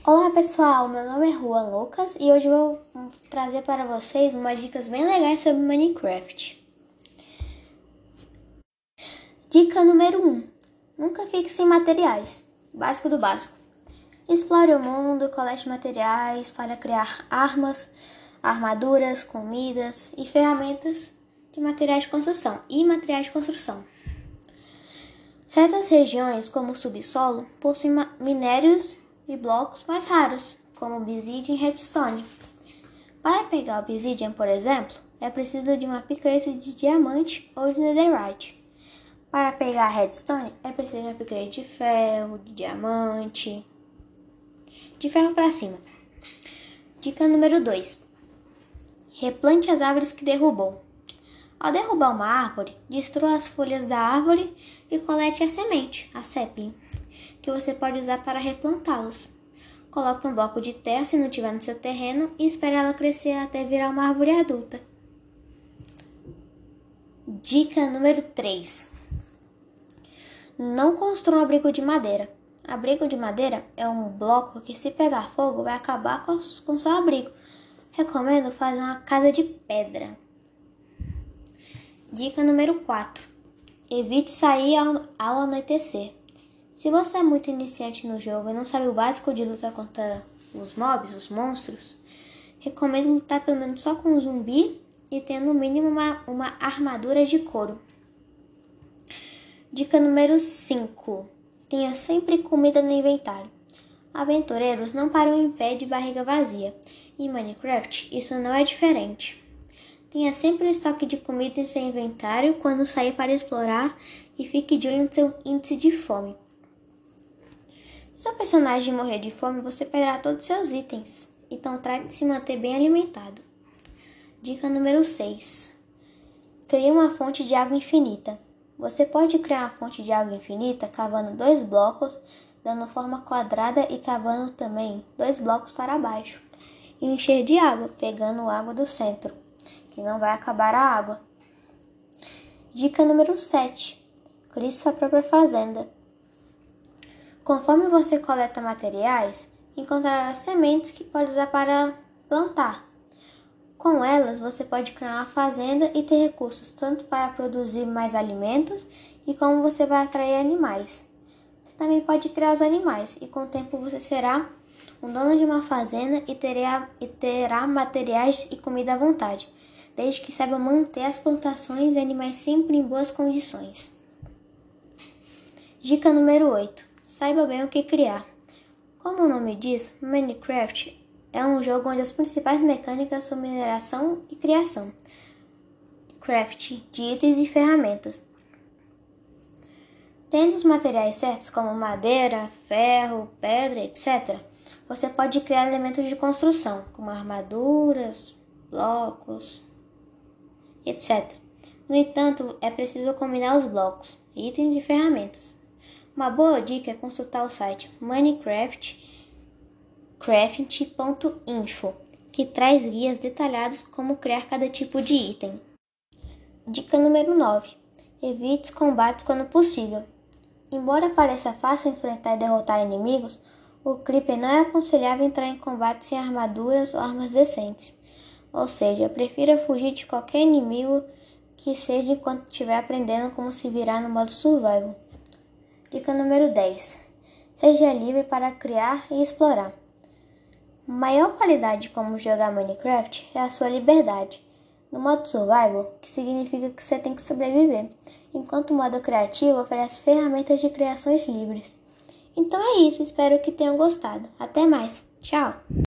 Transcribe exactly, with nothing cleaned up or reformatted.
Olá pessoal, meu nome é Juan Lucas e hoje eu vou trazer para vocês umas dicas bem legais sobre Minecraft. Dica número um. Nunca fique sem materiais. Básico do básico. Explore o mundo, colete materiais para criar armas, armaduras, comidas e ferramentas de materiais de construção e materiais de construção. Certas regiões, como o subsolo, possuem minérios e blocos mais raros, como Obsidian e Redstone. Para pegar Obsidian, por exemplo, é preciso de uma picareta de diamante ou de netherite. Para pegar Redstone, é preciso de uma picareta de ferro, de diamante, de ferro para cima. Dica número dois. Replante as árvores que derrubou. Ao derrubar uma árvore, destrua as folhas da árvore e colete a semente, a sapling, que você pode usar para replantá-las. Coloque um bloco de terra se não tiver no seu terreno e espere ela crescer até virar uma árvore adulta. Dica número três. Não construa um abrigo de madeira. Abrigo de madeira é um bloco que, se pegar fogo, vai acabar com o seu abrigo. Recomendo fazer uma casa de pedra. Dica número quatro. Evite sair ao, ao anoitecer. Se você é muito iniciante no jogo e não sabe o básico de lutar contra os mobs, os monstros, recomendo lutar pelo menos só com um zumbi e tendo no mínimo uma, uma armadura de couro. Dica número cinco. Tenha sempre comida no inventário. Aventureiros não param em pé de barriga vazia. Em Minecraft, isso não é diferente. Tenha sempre um estoque de comida em seu inventário quando sair para explorar e fique de olho no seu índice de fome. Se seu personagem morrer de fome, você perderá todos os seus itens, então trate de se manter bem alimentado. Dica número seis. Crie uma fonte de água infinita. Você pode criar uma fonte de água infinita cavando dois blocos, dando forma quadrada e cavando também dois blocos para baixo. E encher de água, pegando água do centro, que não vai acabar a água. Dica número sete. Crie sua própria fazenda. Conforme você coleta materiais, encontrará sementes que pode usar para plantar. Com elas, você pode criar uma fazenda e ter recursos tanto para produzir mais alimentos e como você vai atrair animais. Você também pode criar os animais e com o tempo você será um dono de uma fazenda e terá, e terá materiais e comida à vontade, desde que saiba manter as plantações e animais sempre em boas condições. Dica número oito. Saiba bem o que criar. Como o nome diz, Minecraft é um jogo onde as principais mecânicas são mineração e criação, crafting de itens e ferramentas. Tendo os materiais certos como madeira, ferro, pedra, etcétera, você pode criar elementos de construção, como armaduras, blocos, etcétera. No entanto, é preciso combinar os blocos, itens e ferramentas. Uma boa dica é consultar o site minecraft crafting ponto info, que traz guias detalhados como criar cada tipo de item. Dica número nove. Evite os combates quando possível. Embora pareça fácil enfrentar e derrotar inimigos, o Creeper não é aconselhável entrar em combate sem armaduras ou armas decentes. Ou seja, prefira fugir de qualquer inimigo que seja enquanto estiver aprendendo como se virar no modo survival. Dica número dez. Seja livre para criar e explorar. A maior qualidade de como jogar Minecraft é a sua liberdade. No modo survival, que significa que você tem que sobreviver, enquanto o modo criativo oferece ferramentas de criações livres. Então é isso, espero que tenham gostado. Até mais, tchau!